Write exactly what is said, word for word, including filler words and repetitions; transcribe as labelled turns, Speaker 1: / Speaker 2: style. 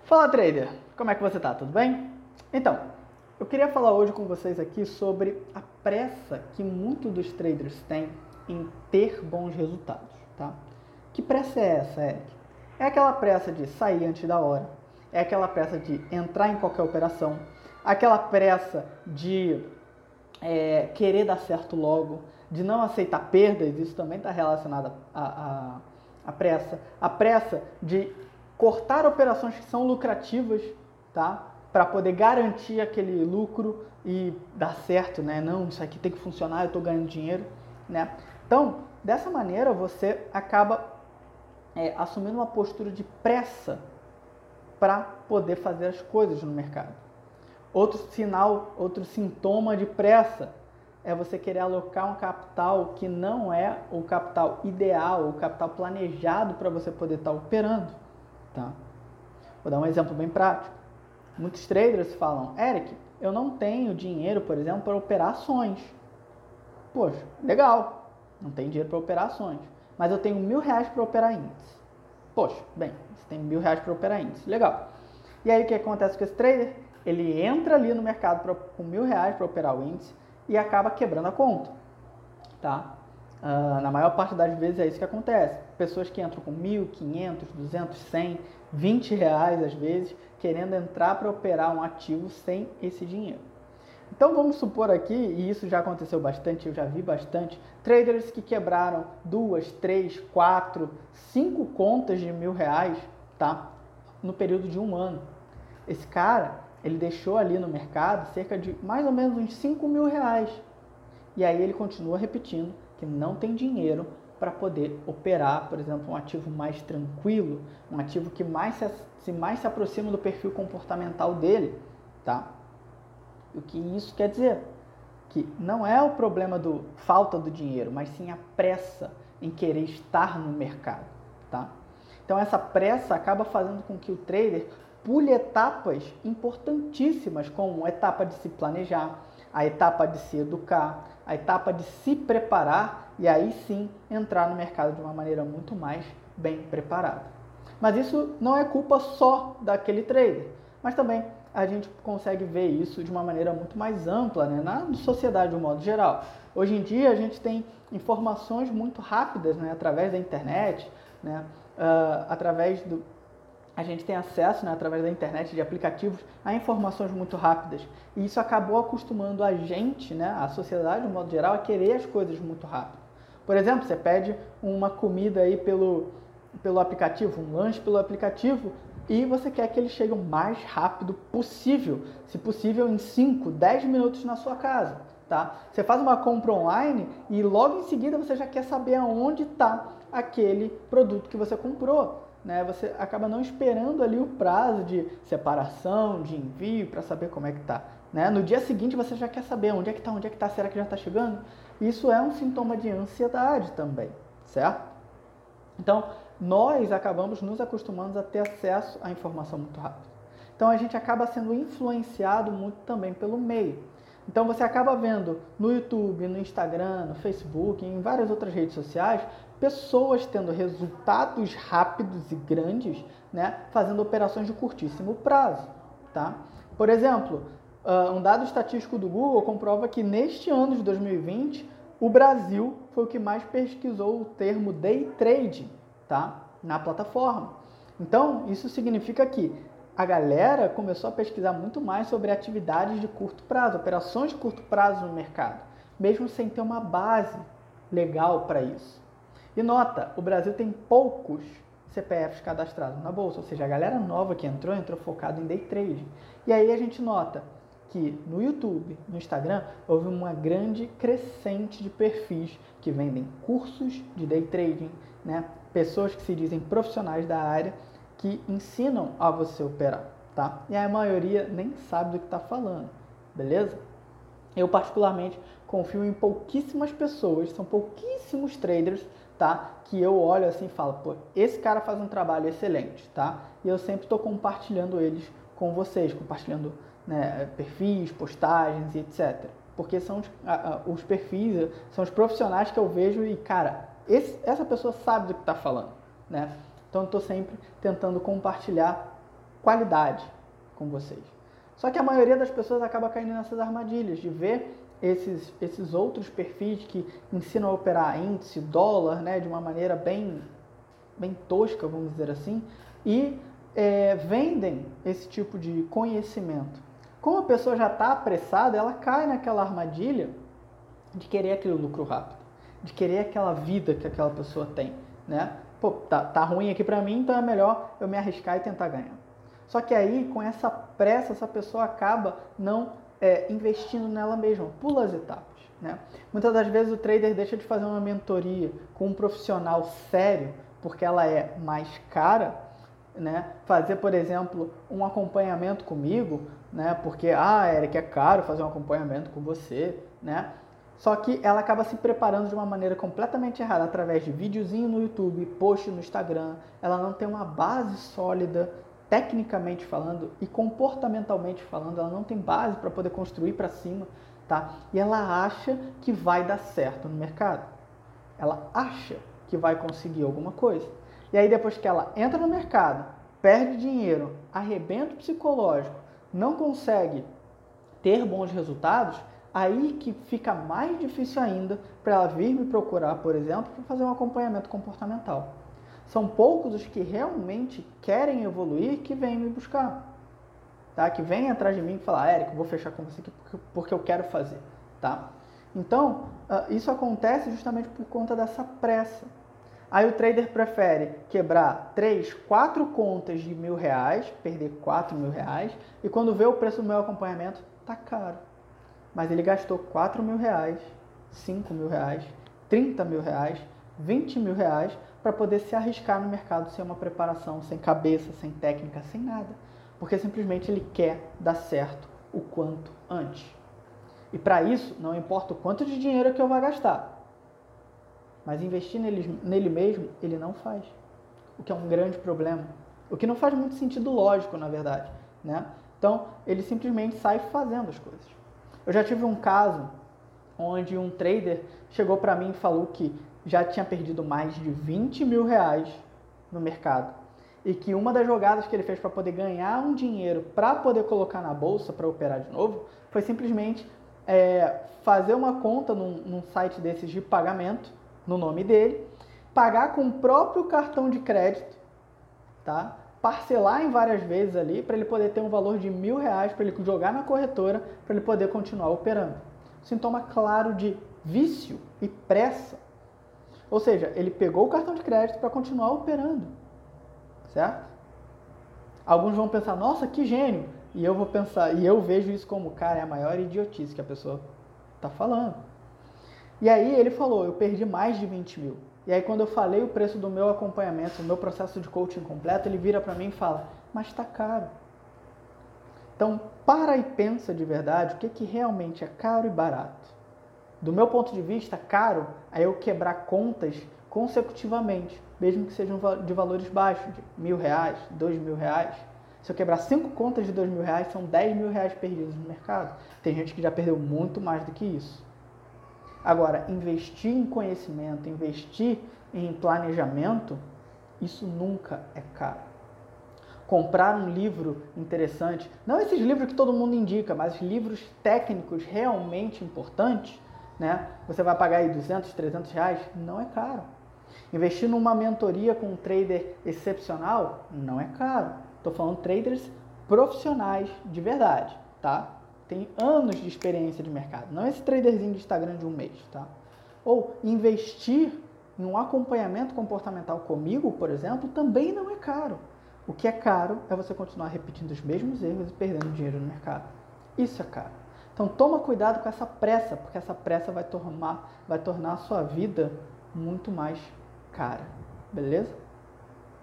Speaker 1: Fala, trader! Como é que você tá? Tudo bem? Então, eu queria falar hoje com vocês aqui sobre a pressa que muitos dos traders têm em ter bons resultados, tá? Que pressa é essa, Eric? É aquela pressa de sair antes da hora, é aquela pressa de entrar em qualquer operação, aquela pressa de é, querer dar certo logo, de não aceitar perdas, isso também está relacionado à a, a, a pressa, a pressa de cortar operações que são lucrativas, tá? Para poder garantir aquele lucro e dar certo, né? Não, isso aqui tem que funcionar, eu estou ganhando dinheiro, né? Então, dessa maneira, você acaba é, assumindo uma postura de pressa para poder fazer as coisas no mercado. Outro sinal, outro sintoma de pressa é você querer alocar um capital que não é o capital ideal, o capital planejado para você poder estar operando. Tá? Vou dar um exemplo bem prático. Muitos traders falam, Eric, eu não tenho dinheiro, por exemplo, para operar ações. Poxa, legal, não tem dinheiro para operar ações, mas eu tenho mil reais para operar índice. Poxa, bem, você tem mil reais para operar índice, legal. E aí o que acontece com esse trader? Ele entra ali no mercado pra, com mil reais para operar o índice e acaba quebrando a conta, tá? Uh, na maior parte das vezes é isso que acontece. Pessoas que entram com mil, quinhentos, duzentos, cem, vinte reais às vezes, querendo entrar para operar um ativo sem esse dinheiro. Então vamos supor aqui, e isso já aconteceu bastante, eu já vi bastante, traders que quebraram duas, três, quatro, cinco contas de mil reais, tá? No período de um ano. Esse cara, ele deixou ali no mercado cerca de mais ou menos uns cinco mil reais. E aí ele continua repetindo que não tem dinheiro para poder operar, por exemplo, um ativo mais tranquilo, um ativo que mais se, se mais se aproxima do perfil comportamental dele, tá? O que isso quer dizer? Que não é o problema do falta do dinheiro, mas sim a pressa em querer estar no mercado, tá? Então essa pressa acaba fazendo com que o trader pule etapas importantíssimas, como a etapa de se planejar, a etapa de se educar, a etapa de se preparar e aí sim entrar no mercado de uma maneira muito mais bem preparada. Mas isso não é culpa só daquele trader, mas também a gente consegue ver isso de uma maneira muito mais ampla, né, na sociedade de um modo geral. Hoje em dia a gente tem informações muito rápidas, né, através da internet, né, uh, através do a gente tem acesso, né, através da internet, de aplicativos, a informações muito rápidas. E isso acabou acostumando a gente, né, a sociedade, de um modo geral, a querer as coisas muito rápido. Por exemplo, você pede uma comida aí pelo, pelo aplicativo, um lanche pelo aplicativo, e você quer que ele chegue o mais rápido possível, se possível em cinco, dez minutos na sua casa. Tá? Você faz uma compra online e logo em seguida você já quer saber aonde está aquele produto que você comprou. Né, você acaba não esperando ali o prazo de separação, de envio, para saber como é que está. Né? No dia seguinte você já quer saber onde é que está, onde é que está, será que já está chegando? Isso é um sintoma de ansiedade também, certo? Então, nós acabamos nos acostumando a ter acesso à informação muito rápido. Então, a gente acaba sendo influenciado muito também pelo meio. Então você acaba vendo no YouTube, no Instagram, no Facebook, em várias outras redes sociais, pessoas tendo resultados rápidos e grandes, né, fazendo operações de curtíssimo prazo. Tá? Por exemplo, um dado estatístico do Google comprova que neste ano de dois mil e vinte, o Brasil foi o que mais pesquisou o termo day trading, tá, na plataforma. Então, isso significa que a galera começou a pesquisar muito mais sobre atividades de curto prazo, operações de curto prazo no mercado, mesmo sem ter uma base legal para isso. E nota, o Brasil tem poucos C P Fs cadastrados na bolsa, ou seja, a galera nova que entrou, entrou focado em day trading. E aí a gente nota que no YouTube, no Instagram, houve uma grande crescente de perfis que vendem cursos de day trading, né? Pessoas que se dizem profissionais da área, que ensinam a você operar, tá? E a maioria nem sabe do que está falando, beleza? Eu particularmente confio em pouquíssimas pessoas, são pouquíssimos traders, tá? Que eu olho assim e falo, pô, esse cara faz um trabalho excelente, tá? E eu sempre estou compartilhando eles com vocês, compartilhando, né, perfis, postagens e etcétera. Porque são os, a, a, os perfis, são os profissionais que eu vejo e, cara, esse, essa pessoa sabe do que está falando, né? Então eu estou sempre tentando compartilhar qualidade com vocês. Só que a maioria das pessoas acaba caindo nessas armadilhas de ver esses, esses outros perfis que ensinam a operar índice, dólar, né, de uma maneira bem, bem tosca, vamos dizer assim, e é, vendem esse tipo de conhecimento. Como a pessoa já está apressada, ela cai naquela armadilha de querer aquele lucro rápido, de querer aquela vida que aquela pessoa tem, né? Pô, tá, tá ruim aqui para mim, então é melhor eu me arriscar e tentar ganhar. Só que aí, com essa pressa, essa pessoa acaba não é, investindo nela mesma, pula as etapas, né? Muitas das vezes o trader deixa de fazer uma mentoria com um profissional sério, porque ela é mais cara, né? Fazer, por exemplo, um acompanhamento comigo, né? Porque, ah, Eric, é caro fazer um acompanhamento com você, né? Só que ela acaba se preparando de uma maneira completamente errada, através de videozinho no YouTube, post no Instagram. Ela não tem uma base sólida, tecnicamente falando e comportamentalmente falando, ela não tem base para poder construir para cima, tá? E ela acha que vai dar certo no mercado. Ela acha que vai conseguir alguma coisa. E aí depois que ela entra no mercado, perde dinheiro, arrebenta o psicológico, não consegue ter bons resultados, aí que fica mais difícil ainda para ela vir me procurar, por exemplo, para fazer um acompanhamento comportamental. São poucos os que realmente querem evoluir que vêm me buscar, tá? Que vêm atrás de mim e falam, ah, Eric, eu vou fechar com você aqui porque, porque eu quero fazer, tá? Então, isso acontece justamente por conta dessa pressa. Aí o trader prefere quebrar três, quatro contas de mil reais, perder quatro mil reais, e quando vê o preço do meu acompanhamento, tá caro. Mas ele gastou quatro mil reais, cinco mil reais, trinta mil reais, vinte mil reais para poder se arriscar no mercado sem uma preparação, sem cabeça, sem técnica, sem nada. Porque simplesmente ele quer dar certo o quanto antes. E para isso, não importa o quanto de dinheiro que eu vá gastar, mas investir nele, nele mesmo, ele não faz. O que é um grande problema. O que não faz muito sentido lógico, na verdade, né? Então, ele simplesmente sai fazendo as coisas. Eu já tive um caso onde um trader chegou para mim e falou que já tinha perdido mais de vinte mil reais no mercado e que uma das jogadas que ele fez para poder ganhar um dinheiro para poder colocar na bolsa para operar de novo foi simplesmente é, fazer uma conta num, num site desses de pagamento no nome dele, pagar com o próprio cartão de crédito, tá? Parcelar em várias vezes ali para ele poder ter um valor de mil reais para ele jogar na corretora para ele poder continuar operando. Sintoma claro de vício e pressa. Ou seja, ele pegou o cartão de crédito para continuar operando, certo? Alguns vão pensar, nossa, que gênio! E eu vou pensar, e eu vejo isso como, cara, é a maior idiotice que a pessoa está falando. E aí ele falou, eu perdi mais de vinte mil. E aí quando eu falei o preço do meu acompanhamento, o meu processo de coaching completo, ele vira para mim e fala, mas está caro. Então, para e pensa de verdade o que, que realmente é caro e barato. Do meu ponto de vista, caro é eu quebrar contas consecutivamente, mesmo que sejam de valores baixos, de mil reais, dois mil reais. Se eu quebrar cinco contas de dois mil reais, são dez mil reais perdidos no mercado. Tem gente que já perdeu muito mais do que isso. Agora, investir em conhecimento, investir em planejamento, isso nunca é caro. Comprar um livro interessante, não esses livros que todo mundo indica, mas livros técnicos realmente importantes, né? Você vai pagar aí duzentos, trezentos reais, não é caro. Investir numa mentoria com um trader excepcional, não é caro. Estou falando traders profissionais de verdade, tá? Tem anos de experiência de mercado, não esse traderzinho de Instagram de um mês, tá? Ou investir em um acompanhamento comportamental comigo, por exemplo, também não é caro. O que é caro é você continuar repetindo os mesmos erros e perdendo dinheiro no mercado. Isso é caro. Então toma cuidado com essa pressa, porque essa pressa vai tornar, vai tornar a sua vida muito mais cara, beleza?